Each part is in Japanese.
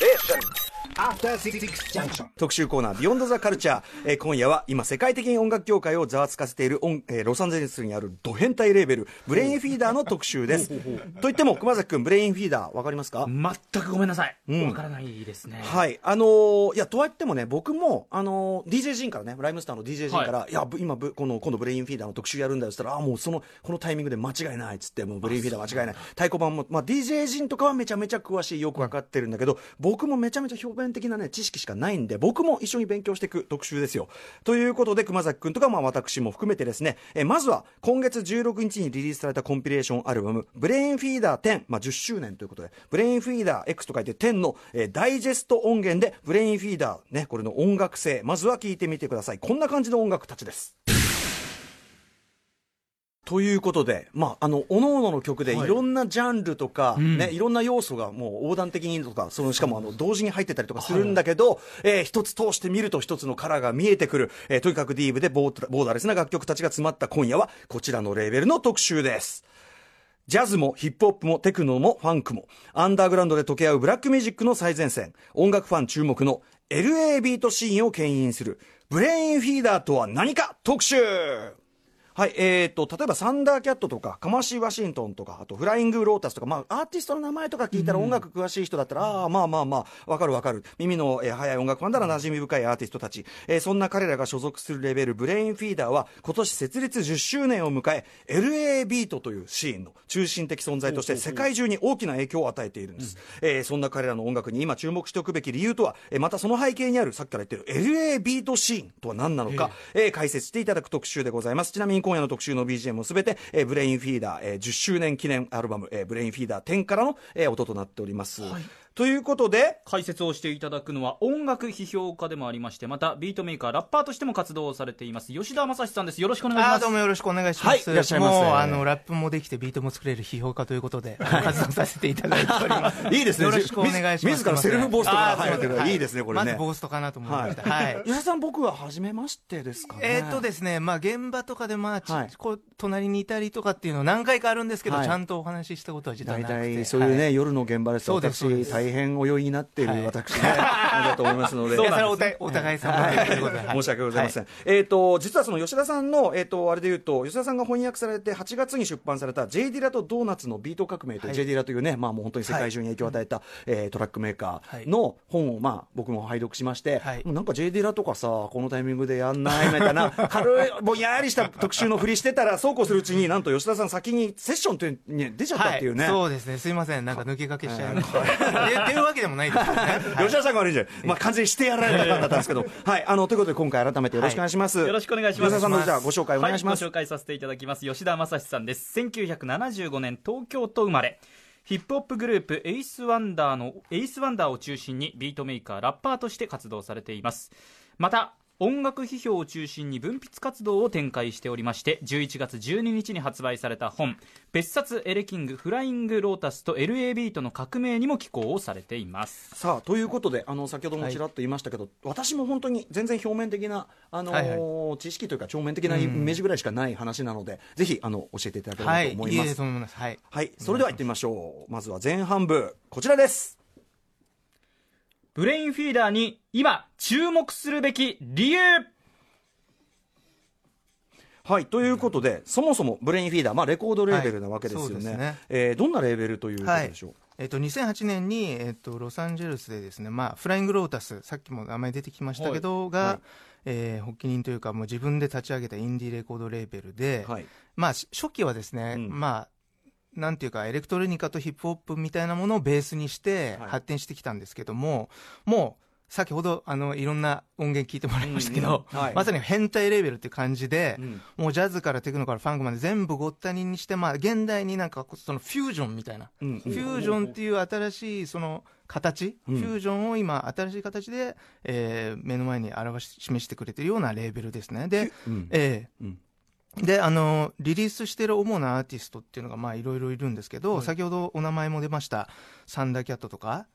特集コーナービヨンドザカルチャー、今夜は今世界的に音楽業界をざわつかせているロサンゼルスにあるド変態レーベルブレインフィーダーの特集ですといっても熊崎くん、ブレインフィーダーわかりますか？ 全くごめんなさい、わからないですね。 はい、いやとはいってもね、僕もDJ ジンからね、ライムスターの DJ ジンから、いや今度ブレインフィーダーの特集やるんだよって言ったら、もうこのタイミングで間違いないっつって、もうブレインフィーダー間違いない、太鼓判も、DJ ジンとかはめちゃめちゃ詳しい、よく分かってるんだけど、僕もめちゃめちゃ表面的なね知識しかないんで、僕も一緒に勉強していく特集ですよ。ということで熊崎くんとか、私も含めてですね、まずは今月16日にリリースされたコンピレーションアルバムブレインフィーダー10、10周年ということでブレインフィーダー X と書いて10の、ダイジェスト音源でブレインフィーダーね、これの音楽性、まずは聞いてみてください。こんな感じの音楽たちです。ということで、各々の曲でいろんなジャンルとか、いろんな要素がもう横断的にとか、しかも同時に入ってたりとかするんだけど、一つ通して見ると一つのカラーが見えてくる、とにかくディープでボーダーレスな楽曲たちが詰まった今夜はこちらのレーベルの特集です。ジャズもヒップホップもテクノもファンクもアンダーグラウンドで溶け合うブラックミュージックの最前線、音楽ファン注目の LA ビートシーンを牽引するブレインフィーダーとは何か特集。はい、例えばサンダーキャットとかカマシー・ワシントンとか、あとフライング・ロータスとか、アーティストの名前とか聞いたら音楽詳しい人だったら、わかる耳の、速い音楽ファンなら馴染み深いアーティストたち、そんな彼らが所属するレベルブレインフィーダーは今年設立10周年を迎え LA ビートというシーンの中心的存在として世界中に大きな影響を与えているんです。そんな彼らの音楽に今注目しておくべき理由とは、またその背景にあるさっきから言ってる LA ビートシーンとは何なのか、解説していただく特集でございます。ちなみに今夜の特集の BGM もすべて、ブレインフィーダー、10周年記念アルバム、ブレインフィーダー10からの、音となっております、ということで解説をしていただくのは音楽批評家でもありまして、またビートメーカーラッパーとしても活動をされています吉田正史さんです。よろしくお願いします。 どうもよろしくお願いします。 いらっしゃいませ。 もうラップもできてビートも作れる批評家ということで活動させていただいておりますいいですね、 よろしくお願いします。 自らセルフボーストが入ってるからいいですね、これね。 まずボーストかなと思いました。 吉田さん、僕は初めましてですかね。 ですね、現場とかでこう隣にいたりとかっていうの何回かあるんですけど、ちゃんとお話ししたことは実はなくて、 大体そういうね、夜の現場ですと私大変お酔いになっている私ね、だと思いますので、 それはお互い様ということで申し訳ございません。実はその吉田さんの、あれで言うと、吉田さんが翻訳されて8月に出版された J ディラとドーナツのビート革命という、J ディラというね、もう本当に世界中に影響を与えた、トラックメーカーの本を、僕も拝読しまして、もうなんか J ディラとかさ、このタイミングでやんないみたいな軽いぼんやりした特集のふりしてたら、そうこうするうちになんと吉田さん先にセッションというに出ちゃったっていうね。 そうですね、すいません、なんか抜け駆けしちゃいましたっていうわけでもないですよね。 吉田さんが悪いんじゃない、完全にしてやられた感だったんですけど、ということで今回改めてよろしくお願いします。 よろしくお願いします。 吉田さんのじゃあご紹介お願いします。 ご紹介させていただきます。吉田正史さんです。1975年東京都生まれ、ヒップホップグループエイスワンダーを中心にビートメーカーラッパーとして活動されています。また音楽批評を中心に文筆活動を展開しておりまして、11月12日に発売された本別冊エレキングフライングロータスと LA ビートの革命にも寄稿をされています。 さあということで先ほどもちらっと言いましたけど、私も本当に全然表面的な、知識というか表面的なイメージぐらいしかない話なので、ぜひ教えていただければと思います。それでは行ってみましょう。まずは前半部こちらです。 ブレインフィーダーに今注目するべき理由。 ということで、そもそもブレインフィーダー、レコードレーベルなわけですよね。どんなレーベルということでしょう。 2008年に、ロサンゼルスでですね、フライングロータス、さっきも名前出てきましたけど、発起人というか、もう自分で立ち上げたインディーレコードレーベルで、初期はですね、なんていうかエレクトロニカとヒップホップみたいなものをベースにして発展してきたんですけども、もう先ほどいろんな音源聞いてもらいましたけど、まさに変態レベルっていう感じで、もうジャズからテクノからファンクまで全部ごったににして、現代になんかそのフュージョンみたいな、フュージョンっていう新しいその形、フュージョンを今新しい形で、目の前に示してくれてるようなレーベルですね。で、でリリースしている主なアーティストっていうのがいろいろいるんですけど、先ほどお名前も出ましたサンダーキャットとか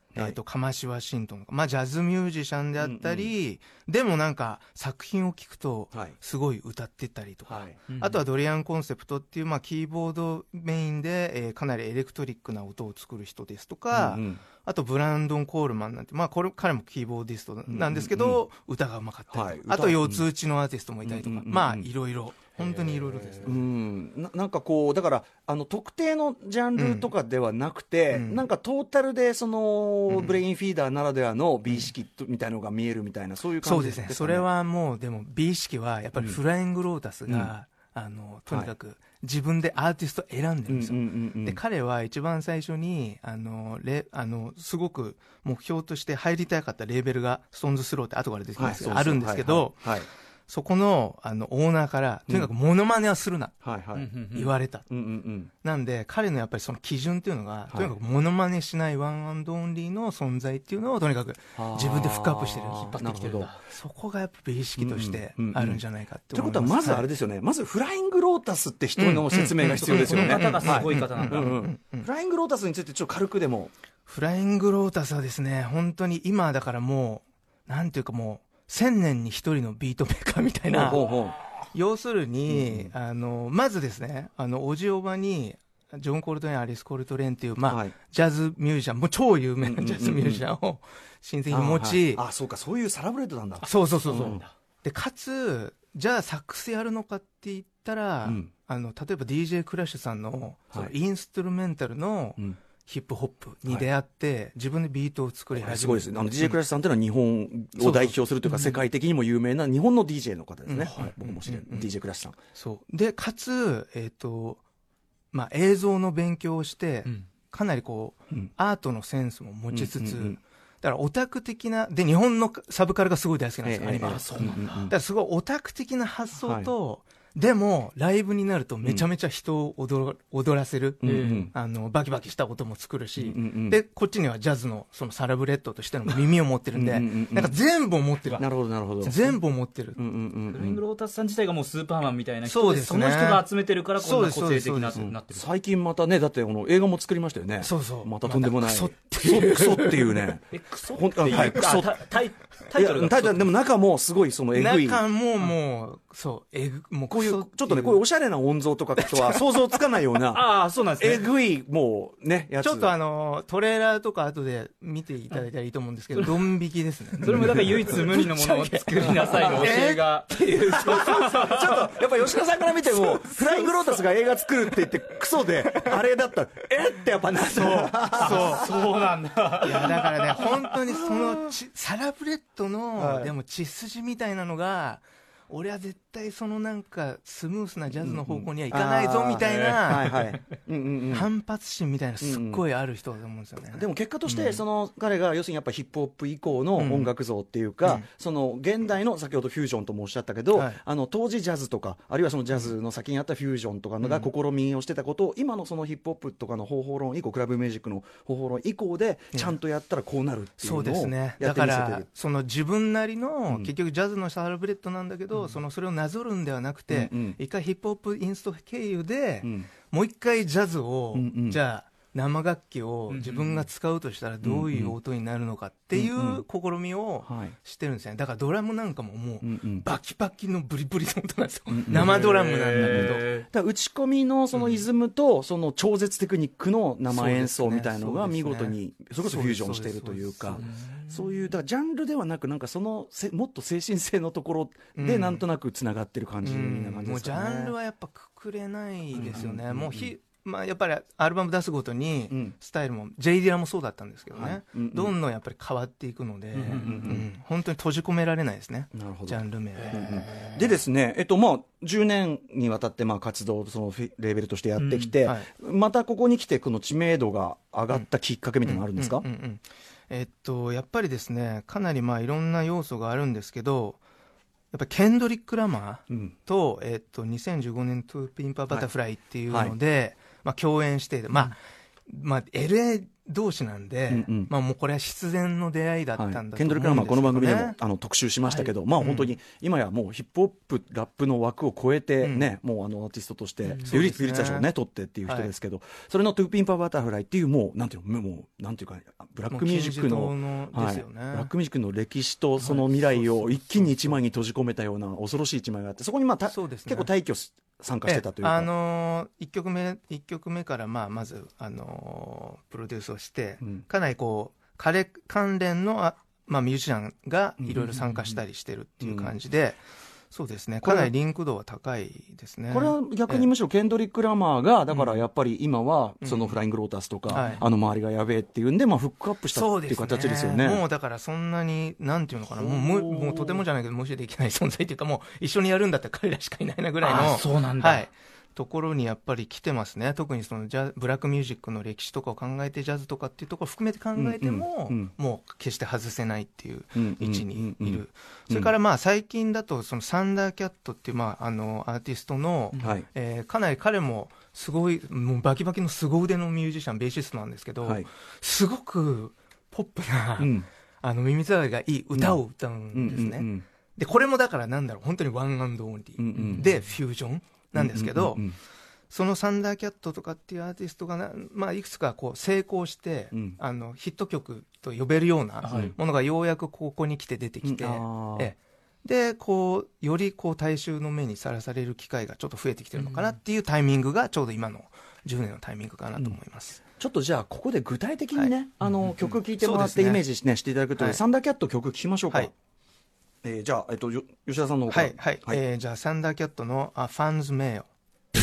カマシワシントンとか、まあ、ジャズミュージシャンであったり、でもなんか作品を聞くとすごい歌ってたりとか、あとはドリアン・コンセプトっていう、まあ、キーボードメインで、かなりエレクトリックな音を作る人ですとか、あとブランドン・コールマンなんて、まあ、彼もキーボーディストなんですけど、歌がうまかったり、あと四つ打ちのアーティストもいたりとか、まあいろいろ本当にいろいろですね。 なんかこうだから特定のジャンルとかではなくて、なんかトータルでその、ブレインフィーダーならではの美意識みたいなのが見えるみたいな、そういう感じですかね。 そうですね。それはもうでも美意識はやっぱりフライングロータスが、とにかく自分でアーティスト選んでるんですよ。で彼は一番最初にすごく目標として入りたかったレーベルがストーンズスローって後から出てきますけど、あるんですけど、そこのオーナーからとにかくモノマネはするな、言われた。なんで彼のやっぱりその基準っていうのが、とにかくモノマネしないワンアンドオンリーの存在っていうのをとにかく自分でフックアップしてる、引っ張ってきてるんだ。そこがやっぱ美意識としてあるんじゃないかって思います。 ということはまずあれですよね、まずフライングロータスって人の説明が必要ですよね。 方がすごい方なんだ。 フライングロータスについてちょっと軽くでも。 フライングロータスはですね、本当に今だからもうなんていうかもう1000年に一人のビートメーカーみたいな。要するに、まずですね、オジオバにジョン・コルトレーン、アリス・コルトレーンっていう、まあジャズミュージシャン、もう超有名なジャズミュージシャンを親戚に持ち、 そうか、そういうサラブレッドなんだ。 そうでかつじゃあサックスやるのかって言ったら、例えば DJ クラッシュさんの、そのインストゥルメンタルの、ヒップホップに出会って、自分でビートを作り始める。 すごいですね。DJ クラッシュさんというのは日本を代表するというか、世界的にも有名な日本の DJ の方ですね。僕も知り合い、DJ クラッシュさん。 そうでかつまあ映像の勉強をして、かなりこう、アートのセンスも持ちつつ、だからオタク的なで日本のサブカルがすごい大好きなんですよ、アニメが。そうなんだ。だからすごいオタク的な発想と、でもライブになるとめちゃめちゃ人を踊らせる、バキバキした音も作るし、でこっちにはジャズのそのサラブレッドとしての耳を持ってるんで、なんか全部を持ってる。 なるほど。 全部を持ってる。 フライングロータスさん自体がもうスーパーマンみたいな人で、その人が集めてるからこんな個性的になってる。 最近またね、だって映画も作りましたよね。またとんでもない。クソっていうね。 クソっていうタイトルが。 でも中もすごいそのエグい。 中ももうもうこういうちょっとね、こういうおしゃれな音像とかとは想像つかないようなそうなんですね。 えぐいもうねやつ。 ちょっとトレーラーとか後で見ていただいたらいいと思うんですけど、ドン引きですね。 それもだから唯一無二のものを作りなさいの教えがちょっとやっぱ吉田さんから見てもフライングロータスが映画作るって言ってクソであれだったってやっぱなそうなんだ。 いやだからね、本当にそのサラブレッドのでも血筋みたいなのが、俺は絶対そのなんかスムースなジャズの方向にはいかないぞみたいな反発心みたいなすっごいある人だと思うんですよね。 でも結果としてその彼が要するにやっぱヒップホップ以降の音楽像っていうか、その現代の先ほどフュージョンともおっしゃったけど、当時ジャズとかあるいはそのジャズの先にあったフュージョンとかが試みをしてたことを今のそのヒップホップとかの方法論以降、クラブミュージックの方法論以降でちゃんとやったらこうなるっていうのをやってみせてる。そうですね。 だからその自分なりの結局ジャズのサラブレッドなんだけど、それをなぞるんではなくて、一回ヒップホップインスト経由で、もう一回ジャズを、じゃあ生楽器を自分が使うとしたらどういう音になるのかっていう試みをしてるんですね。だからドラムなんかももうバキバキのブリブリの音なんですよ。生ドラムなんだけど、 だから打ち込みのそのイズムとその超絶テクニックの生演奏みたいなのが見事にそれこそフュージョンしているというか、そういうだからジャンルではなく、なんかそのもっと精神性のところでなんとなくつながってる感じな感じですかね。 もうジャンルはやっぱくくれないですよね。もうまあ、やっぱりアルバム出すごとにスタイルも、J ディラもそうだったんですけどね、どんどんやっぱり変わっていくので、本当に閉じ込められないですね、ジャンル名でですね、まあ、10年にわたってまあ活動をそのレーベルとしてやってきて、またここに来てこの知名度が上がったきっかけみたいなのあるんですか？ やっぱりですね、かなりまあいろんな要素があるんですけど、やっぱりケンドリック・ラマーと、2015年トゥーピンパーバタフライっていうので、まあ、共演して、まあ、LA 同士なんで、まあもうこれは必然の出会いだったんだと思うんですよね。 ケンドリック・ラマーこの番組でも特集しましたけど、まあ本当に今やもうヒップホップラップの枠を超えてね、もうアーティストとしてユリッツ賞をね取ってっていう人ですけど、それのトゥーピンパーバタフライっていうもうなんていうかブラックミュージックのブラックミュージックの歴史とその未来を一気に一枚に閉じ込めたような恐ろしい一枚があって、そこに結構大挙参加してたというか、 1曲目からまずプロデュースをして、かなりこう彼関連のミュージシャンがいろいろ参加したりしてるっていう感じで、そうですね、かなりリンク度は高いですね。これは逆にむしろケンドリック・ラマーがだからやっぱり今はそのフライング・ロータスとか、周りがやべえっていうんで、フックアップしたっていう形ですよね。 もうだからそんなになんていうのかな、もうとてもじゃないけど無視できない存在っていうか、もう一緒にやるんだったら彼らしかいないなぐらいの、 そうなんだ、 ところにやっぱり来てますね。特にそのブラックミュージックの歴史とかを考えて、ジャズとかっていうところを含めて考えても、もう決して外せないっていう位置にいる。それから最近だとそのサンダーキャットっていうアーティストの、かなり彼もすごいもうバキバキの凄腕のミュージシャン、ベーシストなんですけど、すごくポップな耳障りがいい歌を歌うんですね。でこれもだから本当にワンアンドオンリーでフュージョンなんですけど、そのサンダーキャットとかっていうアーティストがいくつかこう成功して、ヒット曲と呼べるようなものがようやくここに来て出てきて、でこうよりこう大衆の目にさらされる機会がちょっと増えてきてるのかなっていうタイミングがちょうど今の10年のタイミングかなと思います。 ちょっとじゃあここで具体的にね、曲聴いてもらってイメージしていただくと、サンダーキャット曲聴きましょうか。じゃあ、吉田さんの方から。 じゃあ、サンダーキャットのファンズ名誉。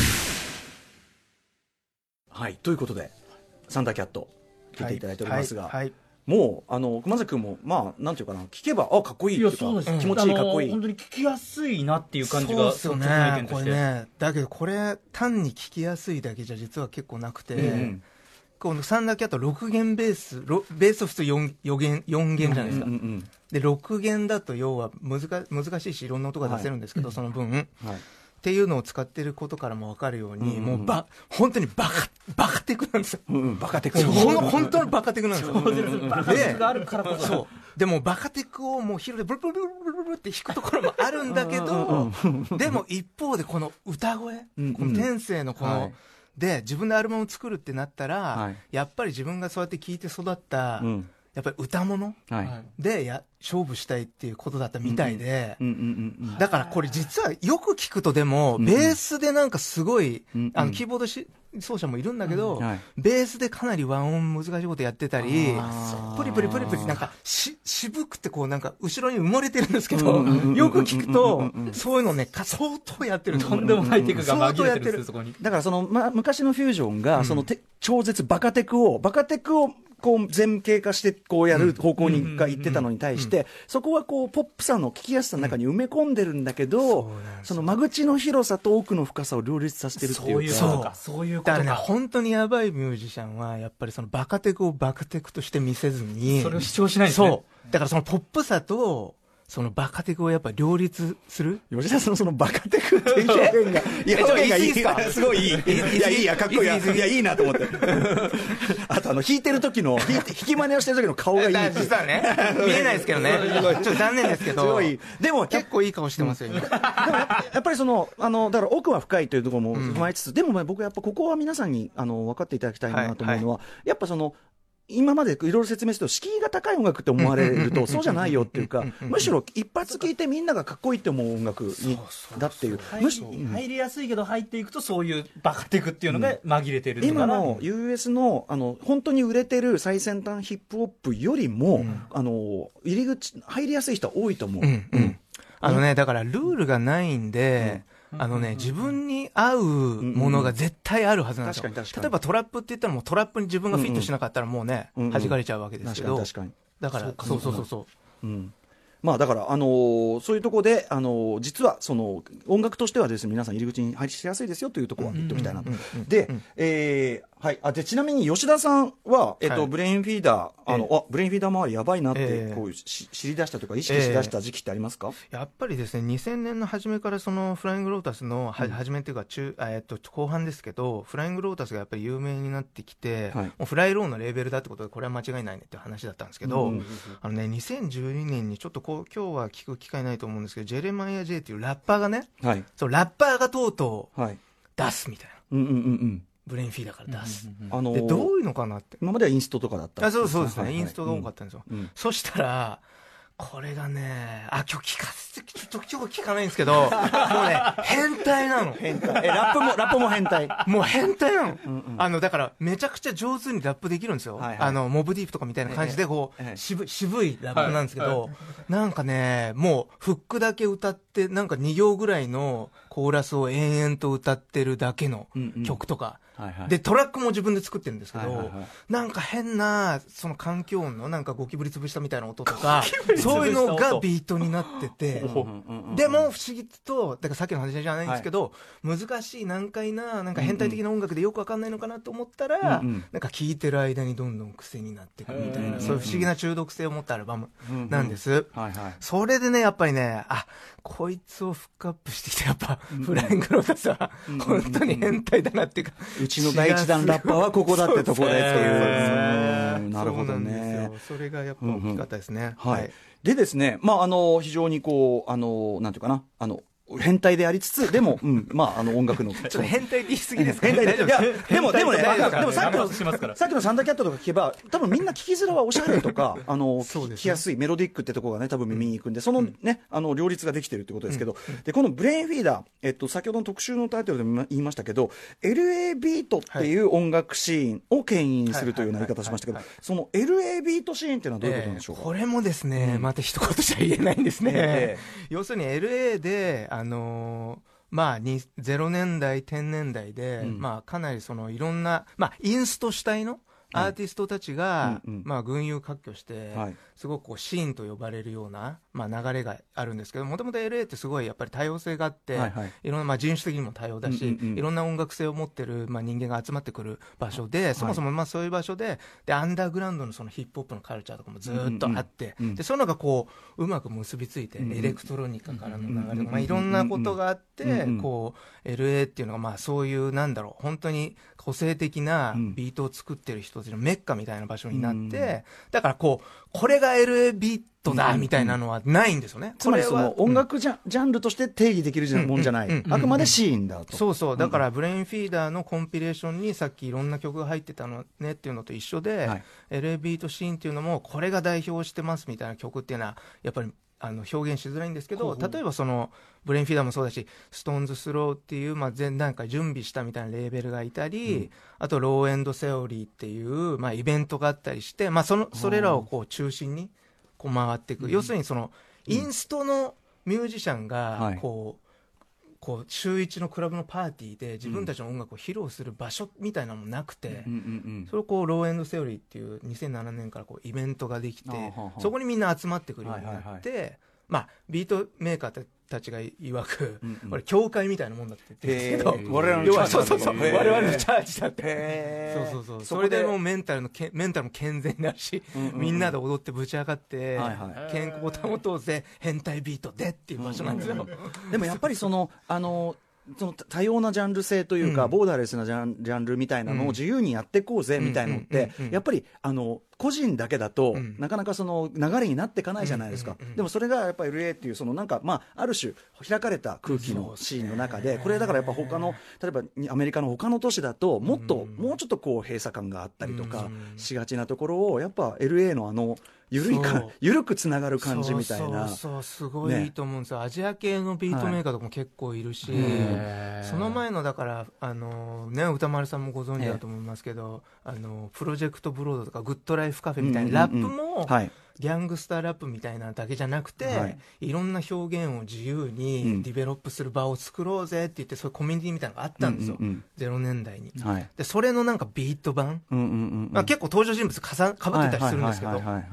はい、ということで、サンダーキャット、聞いていただいておりますが、もう、熊崎君も、なんていうかな、聞けば、かっこいいっていうか、気持ちいい、かっこいい。 本当に聞きやすいなっていう感じが、 そうですよね、これね。だけど、これ、単に聞きやすいだけじゃ実は結構なくて、このサンダーキャット6弦ベースは普通4弦じゃないですか。で6弦だと要は難しいしいろんな音が出せるんですけど、その分、っていうのを使ってることからも分かるように、もう本当にバカテクなんですよ。 バカテク。 本当にバカテクなんですよ。 バカテクがあるからこそ。 でもバカテクをもうヒロでブルブルブルブルブルって弾くところもあるんだけど、でも一方でこの歌声、この天性のこので自分でアルバムを作るってなったら、やっぱり自分がそうやって聴いて育った、やっぱり歌物で勝負したいっていうことだったみたいで、だからこれ実はよく聞くと、でもベースでなんかすごいキーボード奏者もいるんだけど、ベースでかなり和音難しいことやってたり、プリプリプリプリなんか渋くてこうなんか後ろに埋もれてるんですけど、よく聞くとそういうのね相当やってる。 とんでもないテクが紛れてるんです、そこに。 だからその昔のフュージョンがその超絶バカテクをこう前傾化してこうやる方向に行ってたのに対して、そこはこうポップさの聞きやすさの中に埋め込んでるんだけど、その間口の広さと奥の深さを両立させてるっていうか、 そういうことか。 だからね、本当にやばいミュージシャンはやっぱりそのバカテクをバカテクとして見せずに、 それを主張しないんですね。 そうだからそのポップさとそのバカテクをやっぱ両立する。 吉田さんのそのバカテクっていう表現が、表現がいいか、すごいいい。いや、かっこいい。いや、いいなと思って。あと弾いてる時の、弾き真似をしてる時の顔がいい。 実はね、見えないですけどね。ちょっと残念ですけど。すごい。 でも結構いい顔してますよ、今。 でもやっぱりその、だから奥は深いというところも踏まえつつ、でも僕やっぱここは皆さんに分かっていただきたいなと思うのは、やっぱその、今までいろいろ説明すると敷居が高い音楽って思われるとそうじゃないよっていうか、むしろ一発聴いてみんながかっこいいって思う音楽だっていう、 入りやすいけど入っていくとそういうバカテクっていうのが紛れてる。 今の US の本当に売れてる最先端ヒップホップよりも、入り口入りやすい人は多いと思う。 だからルールがないんで、自分に合うものが絶対あるはずなんですよ。例えばトラップって言ったらもうトラップに自分がフィットしなかったらもうね、弾かれちゃうわけですけど、だからそう。 まあだからそういうところで実はその音楽としてはですね、皆さん入り口に入りしやすいですよというところは言っておきたいなと。ではい、でちなみに吉田さんは、ブレインフィーダーブレインフィーダー周りやばいなってこう知り出したとか意識し出した時期ってありますか？ やっぱりですね、2000年の初めからそのフライングロータスの初めっていうか後半ですけど、フライングロータスがやっぱり有名になってきて、もうフライローのレーベルだってことでこれは間違いないねっていう話だったんですけど、2012年にちょっと今日は聞く機会ないと思うんですけど、ジェレマイア・ジェイっていうラッパーがね、そうラッパーがとうとう出すみたいな。ブレインフィーダーから出す、でどういうのかなって。 今まではインストとかだったんですか？ そうですね、インストが多かったんですよ、そしたらこれがね、今日聞かないんですけどもうね、変態なの。 ラップも変態。 もう変態なの。だからめちゃくちゃ上手にラップできるんですよ、モブディープとかみたいな感じでこう、渋いラップなんですけど、なんかね、もうフックだけ歌ってなんか2行ぐらいのコーラスを延々と歌ってるだけの曲とか、でトラックも自分で作ってるんですけど、なんか変なその環境音のなんかゴキブリ潰したみたいな音とかそういうのがビートになってて、でも不思議とだからさっきの話じゃないんですけど、難しい難解ななんか変態的な音楽でよくわかんないのかなと思ったら、なんか聴いてる間にどんどん癖になってくるみたいな、そういう不思議な中毒性を持ったアルバムなんです。それでね、やっぱりね、こいつをフックアップしてきて、やっぱフライングロータスは本当に変態だなっていうか、 うちの第一弾ラッパーはここだってところでっていう。なるほどね。 それがやっぱ大きかったですね。 でですね、非常にこうなんていうかな、変態でありつつ、でも、音楽の。ちょっと変態って言い過ぎですか？ 変態で。いや、でもね、でもさっきのサンダーキャットとか聞けば、多分みんな聞きづらはおしゃれとか、聞きやすいメロディックってところがね、多分耳に行くんで、そのね、両立ができてるってことですけど、で、このブレインフィーダー、先ほどの特集のタイトルでも言いましたけど、LA ビートっていう音楽シーンを牽引するというような言い方しましたけど、その LA ビートシーンっていうのはどういうことなんでしょうか？ これもですね、また一言じゃ言えないんですね。要するに LA で、0年代、10年代で、かなりそのいろんな、インスト主体のアーティストたちが、群雄割拠して、すごくこうシーンと呼ばれるような、流れがあるんですけど、もともと LA ってすごいやっぱり多様性があって、いろんな、人種的にも多様だし、いろんな音楽性を持ってる、人間が集まってくる場所で、そもそもそういう場所で、アンダーグラウンドのそのヒップホップのカルチャーとかもずっとあって、でそういうのがこううまく結びついて、エレクトロニカからの流れとか、いろんなことがあって、こう LA っていうのがそういう本当に個性的なビートを作ってる人たちのメッカみたいな場所になって、だからこれが LA ビートだみたいなのはないんですよね。 つまりその音楽ジャンルとして定義できるもんじゃない、あくまでシーンだと。 そう、だからブレインフィーダーのコンピレーションにさっきいろんな曲が入ってたのねっていうのと一緒で、LA ビートシーンっていうのもこれが代表してますみたいな曲っていうのはやっぱり表現しづらいんですけど、例えばそのブレインフィーダーもそうだし、ストーンズスローっていう前段階準備したみたいなレーベルがいたり、あとローエンドセオリーっていうイベントがあったりして、それらをこう中心にこう回っていく、要するにそのインストのミュージシャンがこう週一のクラブのパーティーで自分たちの音楽を披露する場所みたいなのもなくて、それをこうローエンドセオリーっていう2007年からこうイベントができて、そこにみんな集まってくるようになって、ビートメーカーたちが曰く、これ教会みたいなもんだって言ってるんですけど、 我々のチャージだ我々のチャージだって、それでもうメンタルも健全になるし、みんなで踊ってぶち上がって健康を保とうぜ変態ビートでっていう場所なんですよ。 でもやっぱりその多様なジャンル性というか、ボーダーレスなジャンルみたいなのを自由にやっていこうぜみたいなのって、やっぱり個人だけだと、なかなかその流れになっていかないじゃないですか。でもそれがやっぱり LA っていうある種開かれた空気のシーンの中で、これだからやっぱ他の例えばアメリカの他の都市だともうちょっとこう閉鎖感があったりとかしがちなところを、やっぱ LA の緩くつながる感じみたいな、 すごいいいと思うんですよ。アジア系のビートメーカーとかも結構いるし、その前のだから歌丸さんもご存知だと思いますけど、プロジェクトブロードとかグッドライフカフェみたいなラップも、ギャングスターラップみたいなだけじゃなくて、いろんな表現を自由にディベロップする場を作ろうぜって言って、そういうコミュニティみたいなのがあったんですよ、0年代に。でそれのなんかビート版、結構登場人物かぶってたりするんですけど、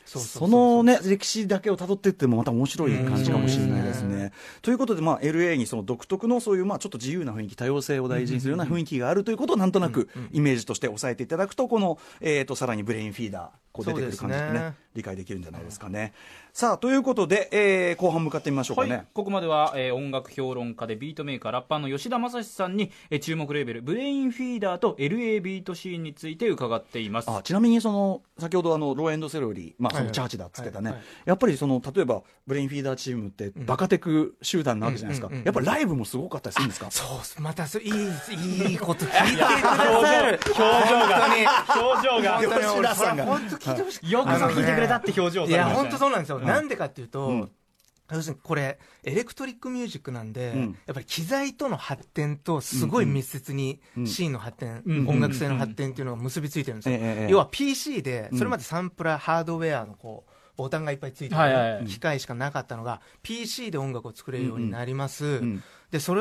そのね歴史だけを辿っていってもまた面白い感じかもしれないですね。ということで、LA にその独特のそういうちょっと自由な雰囲気、多様性を大事にするような雰囲気があるということをなんとなくイメージとして押さえていただくと、このさらにブレインフィーダーこう出てくる感じってね理解できるんじゃないですかね。さあということで、後半向かってみましょうかね。 はい、ここまでは、音楽評論家でビートメーカーラッパーの吉田正史さんに、注目レーベルブレインフィーダーと LA ビートシーンについて伺っています。 ちなみにその先ほどローエンドセロリー、そのチャーチだっつってたね、やっぱりその例えばブレインフィーダーチームってバカテク集団なわけじゃないですか、やっぱりライブもすごかったりするんですか？ そうまたいいこと聞いてくださる表情が吉田さんが本当聞いてほしい。 よくぞ聞いてくれたって表情をされましたね。 いや本当そうなんですよ、なんでかっていうと、要するにこれエレクトリックミュージックなんで、やっぱり機材との発展とすごい密接にシーンの発展、音楽性の発展っていうのが結びついてるんですよ、要は PC でそれまでサンプラー、ハードウェアのボタンがいっぱいついてる機械しかなかったのが PC で音楽を作れるようになります、でそれ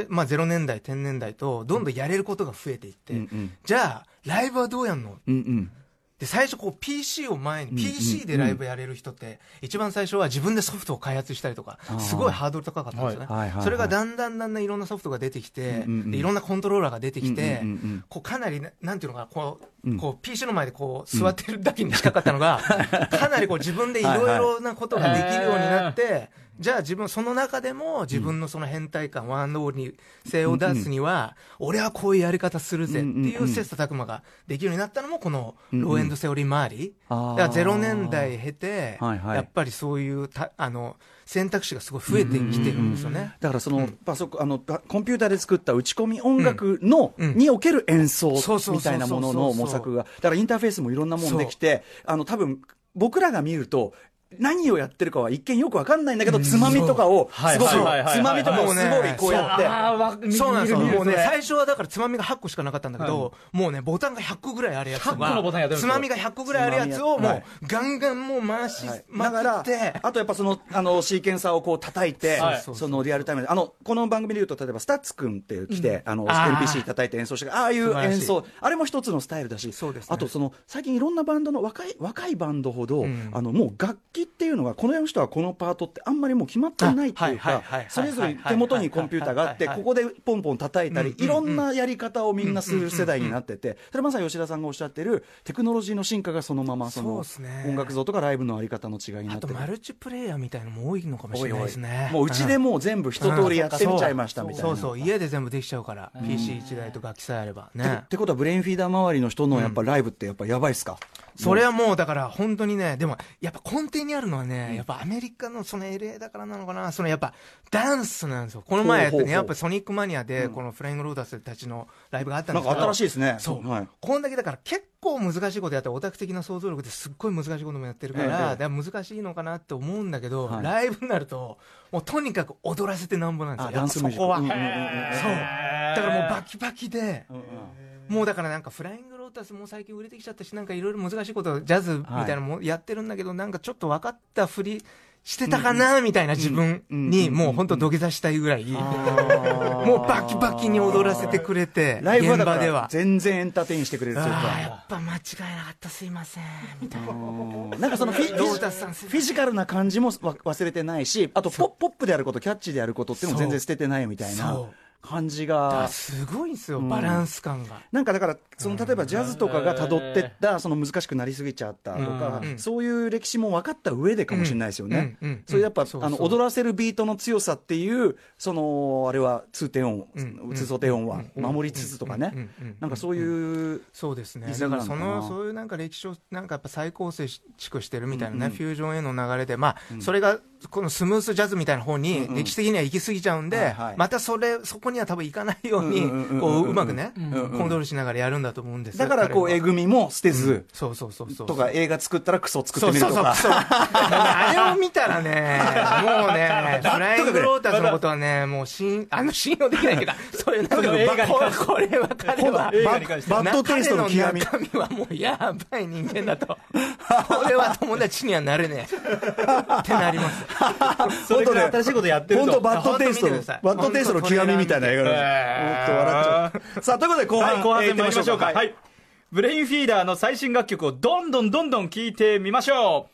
0年代10年代とどんどんやれることが増えていって、じゃあライブはどうやんの、で最初PC を前に PC でライブやれる人って一番最初は自分でソフトを開発したりとかすごいハードル高かったんですよね、それがだんだんいろんなソフトが出てきて、でいろんなコントローラーが出てきて、かなりなんていうのかPC の前で座ってるだけに近かったのがかなり自分でいろいろなことができるようになって、じゃあ自分その中でも自分のその変態感、ワンオーリー性を出すには、俺はこういうやり方するぜっていう切磋琢磨ができるようになったのもこのローエンドセオリー周り、だから0年代経て、やっぱりそういう選択肢がすごい増えてきてるんですよね。 だからその、コンピューターで作った打ち込み音楽の、における演奏みたいなものの模索が、だからインターフェースもいろんなものできて、多分僕らが見ると何をやってるかは一見よくわかんないんだけど、つまみとかをすごく、つまみとかをすごいこうやって、 そうなんですよ。もうね、最初はだからつまみが8個しかなかったんだけど、もうね、ボタンが100個ぐらいあるやつとか、つまみが100個ぐらいあるやつをもうガンガンもう回しまくって、 あとやっぱそのシーケンサーを叩いて、そのリアルタイムでこの番組でいうと例えばスタッツ君って来てNPC 叩いて演奏して、ああいう演奏、あれも一つのスタイルだし、あとその最近いろんなバンドの若いバンドほどもう楽器っていうのがこの人はこのパートってあんまりもう決まってないっていうか、それぞれ手元にコンピューターがあって、ここでポンポン叩いたり、いろんなやり方をみんなする世代になってて、それまさに吉田さんがおっしゃってるテクノロジーの進化がそのままその音楽像とかライブのあり方の違いになってる。 あとマルチプレイヤーみたいなのも多いのかもしれないですね。 もううちでもう全部一通りやってみちゃいましたみたいな。 そう家で全部できちゃうから、PC1 台と楽器さえあればね。 ってことはブレインフィーダー周りの人のやっぱライブってやっぱやばいっすか？ それはもうだから本当にね、でもやっぱ根底にあるのはね、やっぱアメリカのその LA だからなのかな、そのやっぱダンスなんですよ。この前やってね、やっぱソニックマニアでこのフライングローダスたちのライブがあったんですけど、 なんか新しいですね。 そう、こんだけだから結構難しいことやってオタク的な想像力ですっごい難しいこともやってるから、だから難しいのかなって思うんだけど、ライブになるともうとにかく踊らせてなんぼなんですよ。 ダンスミュージック。 そこはそうだからもうバキバキで、もうだからなんかフライングロータスも最近売れてきちゃったし、なんかいろいろ難しいことジャズみたいなのもやってるんだけど、なんかちょっと分かったふりしてたかなみたいな自分にもう本当土下座したいぐらい、もうバキバキに踊らせてくれて、 ライブはだから全然エンターテインしてくれるというか、 やっぱ間違いなかったすいませんみたいな、 なんかそのフィジカルな感じも忘れてないし、あとポップであること、キャッチであることっていうのも全然捨ててないみたいな感じがすごいんですよ、バランス感が。 なんかだからその例えばジャズとかが辿ってったその難しくなりすぎちゃったとか、そういう歴史も分かった上でかもしれないですよね。そういうやっぱ踊らせるビートの強さっていうそのあれは通低音、通奏低音は守りつつとかね、なんかそういうそうですね。だからそういうなんか歴史をなんかやっぱ再構成築してるみたいなね、フュージョンへの流れで、まあそれがこのスムースジャズみたいな方に歴史的には行き過ぎちゃうんで、またそこには多分行かないようにこううまくねコントロールしながらやるんだと思うんです。 だからこうえぐみも捨てず、 そうとか映画作ったらクソ作ってみるとか、 あれを見たらね、もうねフライングロータスのことはね、もう信用できないけど、そういうなんかこれは彼はバッドテイストの極み、 中身はもうやばい人間だと、これは友達にはなれねえってなります。 それくらい新しいことやってると、 本当バッドテイストの極みみたいな映画です。もっと笑っちゃう。さあということで後半参りましょうか。はい、ブレインフィーダーの最新楽曲をどんどん聴いてみましょう。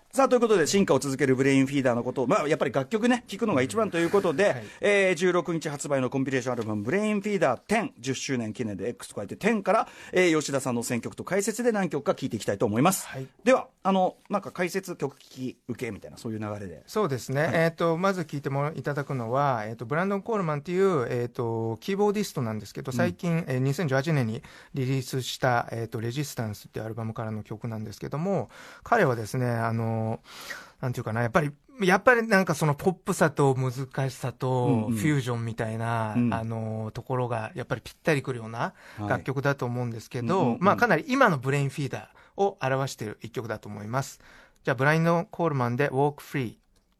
さあということで進化を続けるブレインフィーダーのことを、まあ、やっぱり楽曲ね聴くのが一番ということで、16日発売のコンピレーションアルバムブレインフィーダー10周年記念で X と書いて10から、吉田さんの選曲と解説で何曲か聴いていきたいと思います、はい、ではなんか解説曲聴き受けみたいなそういう流れで。 そうですね、はい、まず聴いていただくのは、ブランドン・コールマンという、キーボーディストなんですけど最近、2018年にリリースした、レジスタンスっていうアルバムからの曲なんですけども、彼はですねなんていうかな、やっぱりなんかそのポップさと難しさとフュージョンみたいな、ところがやっぱりぴったりくるような楽曲だと思うんですけど、まあかなり今のブレインフィーダーを表している一曲だと思います。じゃあブラインド・コールマンで Walk Free。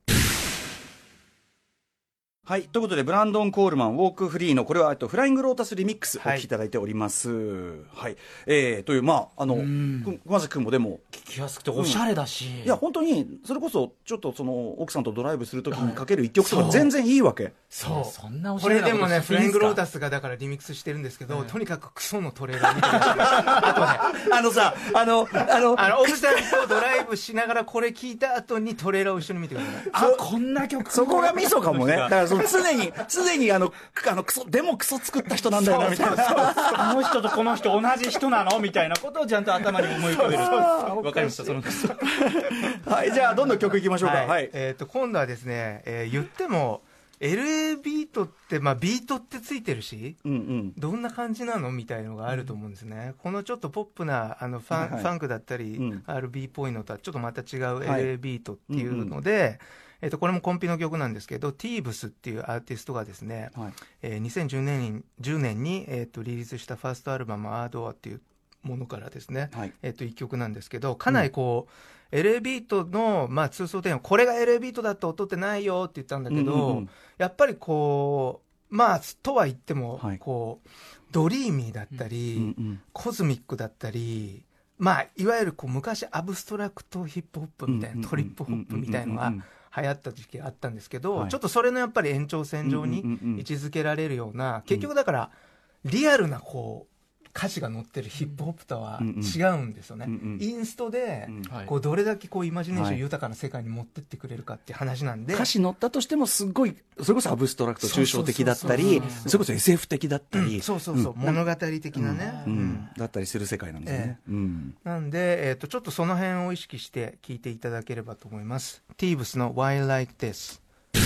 はい。ということで、ブランドン・コールマン、ウォーク・フリーの、これは、フライング・ロータス・リミックスをお聴きいただいております。はい。という、まあ、熊崎君もでも、 聞きやすくておしゃれだし。 いや、本当に、それこそ、ちょっと奥さんとドライブするときにかける一曲とか全然いいわけ。 そう。 そんなおしゃれなこと。 これでもね、フライング・ロータスがだからリミックスしてるんですけど、とにかくクソのトレーラーみたいな。あとね、 さ、 奥さんとドライブしながらこれ聞いた後にトレーラーを一緒に見てください。 こんな曲。 そこがミソかもね。だから常にクソでもクソ作った人なんだよなみたいな、 あの人とこの人同じ人なのみたいなことをちゃんと頭に思い浮かべる。わかりました、そのはい、じゃあどんどん曲いきましょうか。はい、 今度はですね、言っても LA ビートって、まあ、ビートってついてるし、どんな感じなのみたいのがあると思うんですね、このちょっとポップなファンクだったり、R&B っぽいのとはちょっとまた違う LA ビートっていうので、これもコンピの曲なんですけど、ティーブスっていうアーティストがですね、2010年に、リリースしたファーストアルバムアードアっていうものからですね、一曲なんですけど、かなりこう、LA ビートの、まあ、通奏点をこれが LA ビートだと音ってないよって言ったんだけど、やっぱりこう、まあ、とは言っても、こう、ドリーミーだったり、コズミックだったり、まあ、いわゆるこう昔アブストラクトヒップホップみたいな、トリップホップみたいなのが流行った時期があったんですけど、ちょっとそれのやっぱり延長線上に位置づけられるような、結局だからリアルなこう歌詞が載ってるヒップホップとは違うんですよね、インストでこうどれだけこうイマジネーション豊かな世界に持ってってくれるかっていう話なんで、 歌詞載ったとしてもすごいそれこそアブストラクト抽象的だったり、それこそ SF 的だったり、 物語的なね、 だったりする世界なんですね、 なんで、ちょっとその辺を意識して聴いていただければと思います。ティーブスの Why Like This。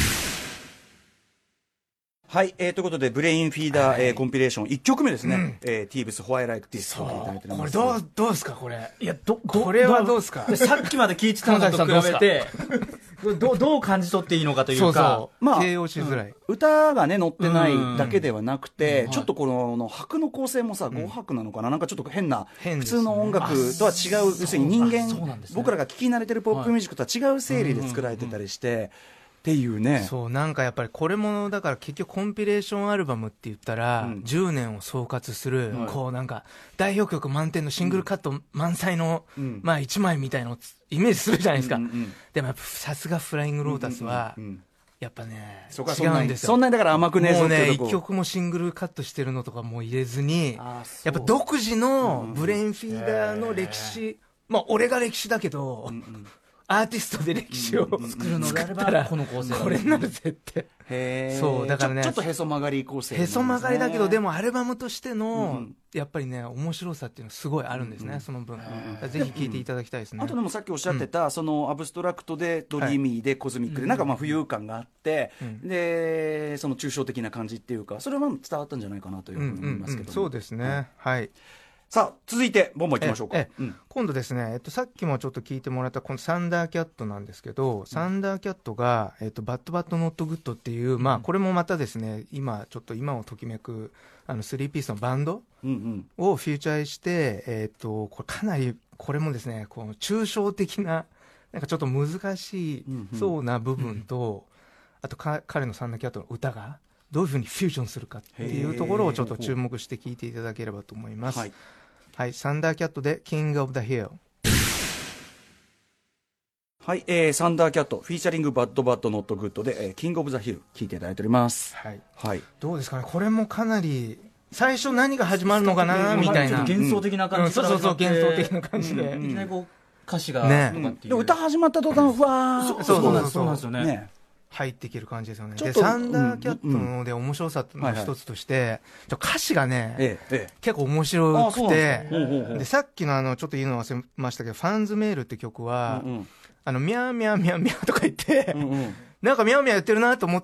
はい、ということでブレインフィーダー、コンピレーション1曲目ですね、ティーブスホワイライクティス。 これどうですかこれ。 いやこれはどうですか。 さっきまで聞いてたのと比べてどう感じ取っていいのかというか、 まあ形容しづらい、 歌がね載ってないだけではなくて、ちょっとこの拍の構成もさ、5拍なのかな、なんかちょっと変な、普通の音楽とは違う、要するに人間、僕らが聴き慣れてるポップミュージックとは違う整理で作られてたりして、っていうね。 そう、なんかやっぱりこれもだから結局コンピレーションアルバムって言ったら、10年を総括する、こうなんか代表曲満点のシングルカット満載の、まあ1枚みたいのをイメージするじゃないですか、でもやっぱさすがフライングロータスは、やっぱね、違うんですよ。 そんなにだから甘くね、 もうね、1曲もシングルカットしてるのとかも入れずに、やっぱ独自のブレインフィーダーの歴史、まあ俺が歴史だけど、アーティストで歴史を作るのであればこの構成これになるぜって。そうだからね、 ちょっとへそ曲がり構成、 へそ曲がりだけど、でもアルバムとしてのやっぱりね面白さっていうのはすごいあるんですね、その分。ぜひ聴いていただきたいですね。 あとでもさっきおっしゃってた、そのアブストラクトでドリーミーでコズミックで、なんかまあ浮遊感があって、でその抽象的な感じっていうか、それは伝わったんじゃないかなというふうに思いますけども。 そうですね。はい。 さあ続いてボンボンいきましょうか。 今度ですね、さっきもちょっと聞いてもらったこのサンダーキャットなんですけど、サンダーキャットが、バッドバッドノットグッドっていう、まあこれもまたですね、今をときめく3ピースのバンドをフューチャーして、これかなりこれもですね、この抽象的ななんかちょっと難しそうな部分と、あと彼のサンダーキャットの歌がどういうふうにフュージョンするかっていうところをちょっと注目して聞いていただければと思います。はい、サンダーキャットで King of the Hill。 はい、サンダーキャットフィーチャリングバッドバッドノットグッドで、King of the Hill 聞いていただいております。 はい。どうですかね、これもかなり最初何が始まるのかなみたいな幻想的な感じ。 そう幻想的な感じで、 いきなりこう歌詞がねとかっていう、 で歌始まった途端ふわーそうなんですよね。 ね入っていける感じですよね。でちょっとサンダーキャットので面白さの一つとして、歌詞がね、結構面白くて、でさっきのちょっと言うの忘れましたけど、ファンズメールって曲は、ミャーミャーミャーミャーとか言って、なんかミャーミャーやってるなと思って、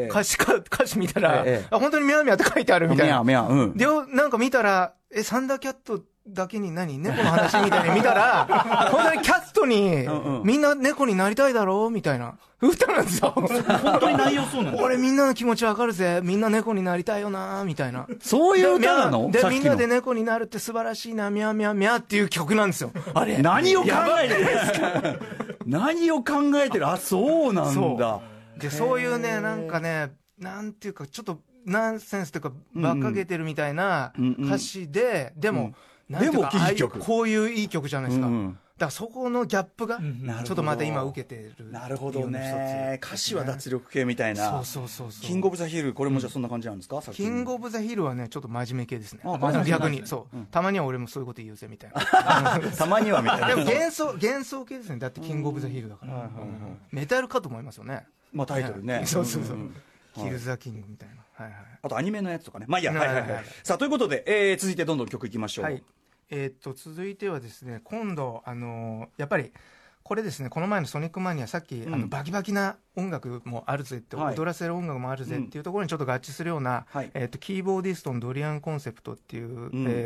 歌詞見たら、本当にミャーミャーって書いてあるみたいな。で、なんか見たら、サンダーキャットだけに猫の話みたいに見たら、本当にキャットに、みんな猫になりたいだろうみたいな歌なんですよ。 本当に内容そうなんだ。 俺みんなの気持ちわかるぜ。みんな猫になりたいよなみたいな。 そういう歌なの？ で、みんなで猫になるって素晴らしいな、ミャーミャーミャーっていう曲なんですよ。あれ。 何を考えてるんですか？何を考えてる？あ、そうなんだ。 で、そういうね、なんかね、なんていうか、ちょっとナンセンスというか、馬鹿げてるみたいな歌詞で、でも、なんていうか、こういういい曲じゃないですか。だからそこのギャップが、ちょっとまた今受けてる。 なるほどね。歌詞は脱力系みたいな。 そう。 キングオブザヒル、これもじゃあそんな感じなんですか？ キングオブザヒルはね、ちょっと真面目系ですね。逆に、そう。たまには俺もそういうこと言うぜ、みたいな。 たまにはみたいな。 でも幻想系ですね。だってキングオブザヒルだから。メタルかと思いますよね。 まあタイトルね。 そう。キルザキングみたいな。 あとアニメのやつとかね。まあいいや。さあ、ということで、続いてどんどん曲いきましょう。はい。 続いてはですね、今度、やっぱり、これですね、この前のソニックマニア、さっき、バキバキな音楽もあるぜって、踊らせる音楽もあるぜっていうところにちょっと合致するような、キーボーディストのドリアンコンセプトっていう、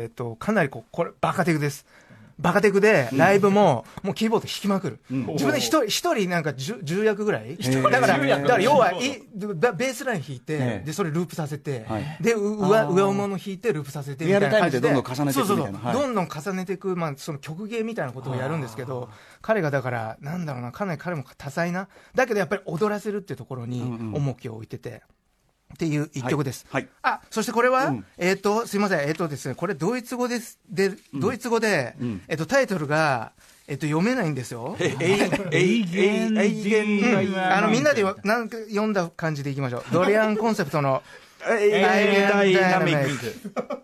かなりこれ、バカテクです。バカテクで、ライブも、もうキーボード弾きまくる。自分で一人なんか10役ぐらいだから要は、ベースライン弾いて、で、それループさせて、で、上物弾いてループさせて、みたいな感じで。 どんどん重ねていくみたいな。 どんどん重ねていく、まあ、その曲芸みたいなことをやるんですけど、彼がだから、なんだろうな、かなり彼も多彩な、だけどやっぱり踊らせるっていうところに重きを置いてて、っていう一曲です。あ、そしてこれは、すいません、ですね、これドイツ語です。で、ドイツ語で、タイトルが、読めないんですよ。みんなでなんか読んだ感じでいきましょう。ドリアンコンセプトの、 アイゲンダイナミック。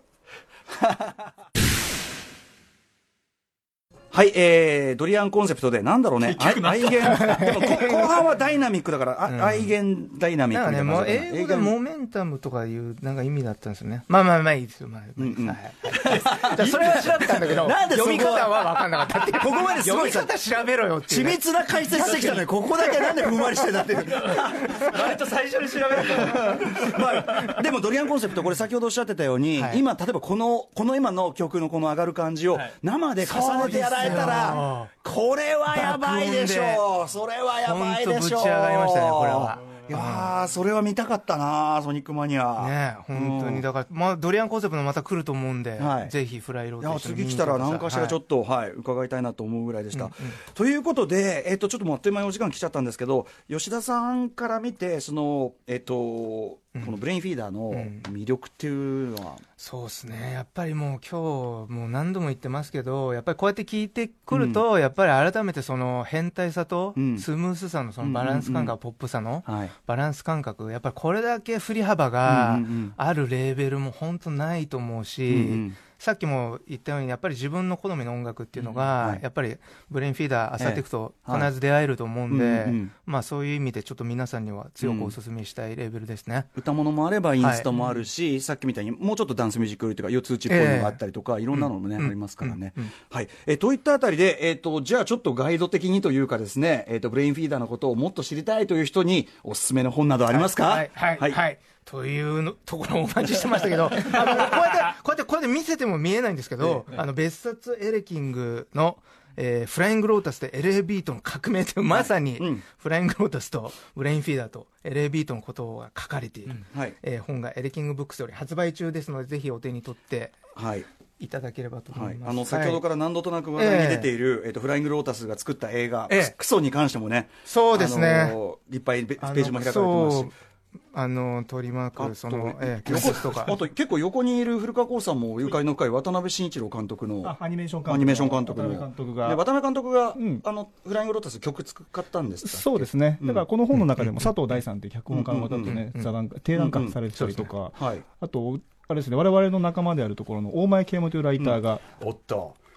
はい、ドリアンコンセプトで、なんだろうね、アイゲン、でも後半はダイナミックだから、アイゲンダイナミックみたいな。 なんかね、もう英語でモメンタムとかいう、なんか意味だったんですよね。まあいいですよ、それは調べたんだけど、読み方は分かんなかったって。ここまですごい読み方調べろよっていう。 緻密な解説してきたのに、ここだけなんでふんわりしてたっていう。 割と最初に調べなかった。でもドリアンコンセプト、これ先ほどおっしゃってたように、今、例えばこの今の曲のこの上がる感じを、生で重ねてやられたら、これはやばいでしょう。それはやばいでしょう。 ぶち上がりましたね、これは。 いやー、それは見たかったな、ソニックマニア。 ね、本当に。だから、まあ、ドリアンコンセプトもまた来ると思うんで、ぜひフライローテーション。 次来たら何かしらちょっと、伺いたいなと思うぐらいでした。ということで、ちょっともうあっという間にお時間来ちゃったんですけど、吉田さんから見て、このブレインフィーダーの魅力っていうのは、 そうですね、やっぱりもう今日もう何度も言ってますけど、やっぱりこうやって聞いてくると、やっぱり改めてその変態さとスムースさのそのバランス感覚、ポップさのバランス感覚、やっぱりこれだけ振り幅があるレーベルも本当ないと思うし、さっきも言ったようにやっぱり自分の好みの音楽っていうのが、やっぱりブレインフィーダー漁っていくと必ず出会えると思うんで、まあそういう意味でちょっと皆さんには強くお勧めしたいレーベルですね。 歌物もあればインスタもあるし、さっきみたいにもうちょっとダンスミュージックというか四つ打ちっぽいのがあったりとか、いろんなのもね、ありますからね。はい。といったあたりで、じゃあちょっとガイド的にというかですね、ブレインフィーダーのことをもっと知りたいという人におすすめの本などありますか？ はい。というところをお待ちしてましたけど、こうやって見せても見えないんですけど、別冊エレキングの、フライングロータスと LA ビートの革命という、まさに、フライングロータスとブレインフィーダーと LA ビートのことが書かれている、本がエレキングブックスより発売中ですので、ぜひお手に取っていただければと思います。 先ほどから何度となく話題に出ている、フライングロータスが作った映画、クソに関してもね、 そうですね、 いっぱいページも開かれてますし。 取り巻くその曲折とか、 あと結構横にいる古川光さんもゆかりの深い渡辺慎一郎監督のアニメーション監督の渡辺監督がフライングロータス曲作ったんですか？ そうですね。だからこの本の中でも佐藤大さんっていう脚本家の方とね定談化されてたりとか、あとあれですね、我々の仲間であるところの大前啓もというライターが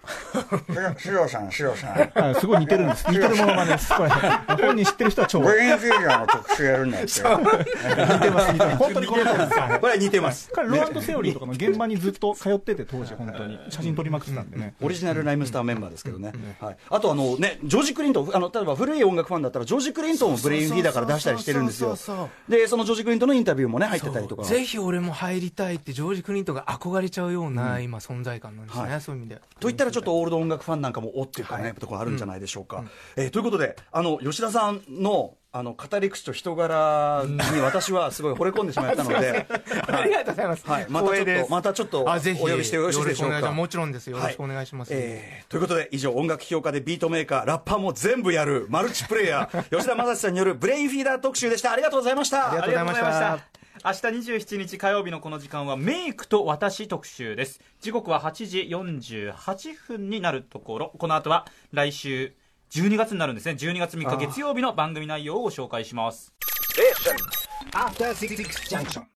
シロさんはい、すごい似てるんです。似てるものまねです。これ本人知ってる人は超ブレインフィーダーの特集やるんだって。 似てます似てます。本当にこの人です。 これは似てます。 彼ロランドセオリーとかの現場にずっと通ってて、当時本当に写真撮りまくってたんでね。 オリジナルライムスターメンバーですけどね。はい。あとね、ジョージ・クリントン、例えば古い音楽ファンだったらジョージ・クリントンをブレインフィーダーから出したりしてるんですよ。でそのジョージ・クリントンのインタビューもね入ってたりとか。 ぜひ俺も入りたいってジョージ・クリントンが憧れちゃうような今存在感なんですね。そういう意味で。 といったらちょっとオールド音楽ファンなんかもおっていうかね、ところあるんじゃないでしょうか。ということで吉田さんの語り口と人柄に私はすごい惚れ込んでしまったのでありがとうございます、 はい、またちょっとお呼びしてよろしいでしょうか。 もちろんです。よろしくお願いします、 ということで以上音楽評価でビートメーカーラッパーも全部やるマルチプレイヤー吉田正史さんによるブレインフィーダー特集でした。ありがとうございました。 ありがとうございました。 明日27日火曜日のこの時間はメイクと私特集です。時刻は8時48分になるところ。この後は来週12月になるんですね。12月3日月曜日の番組内容をご紹介します。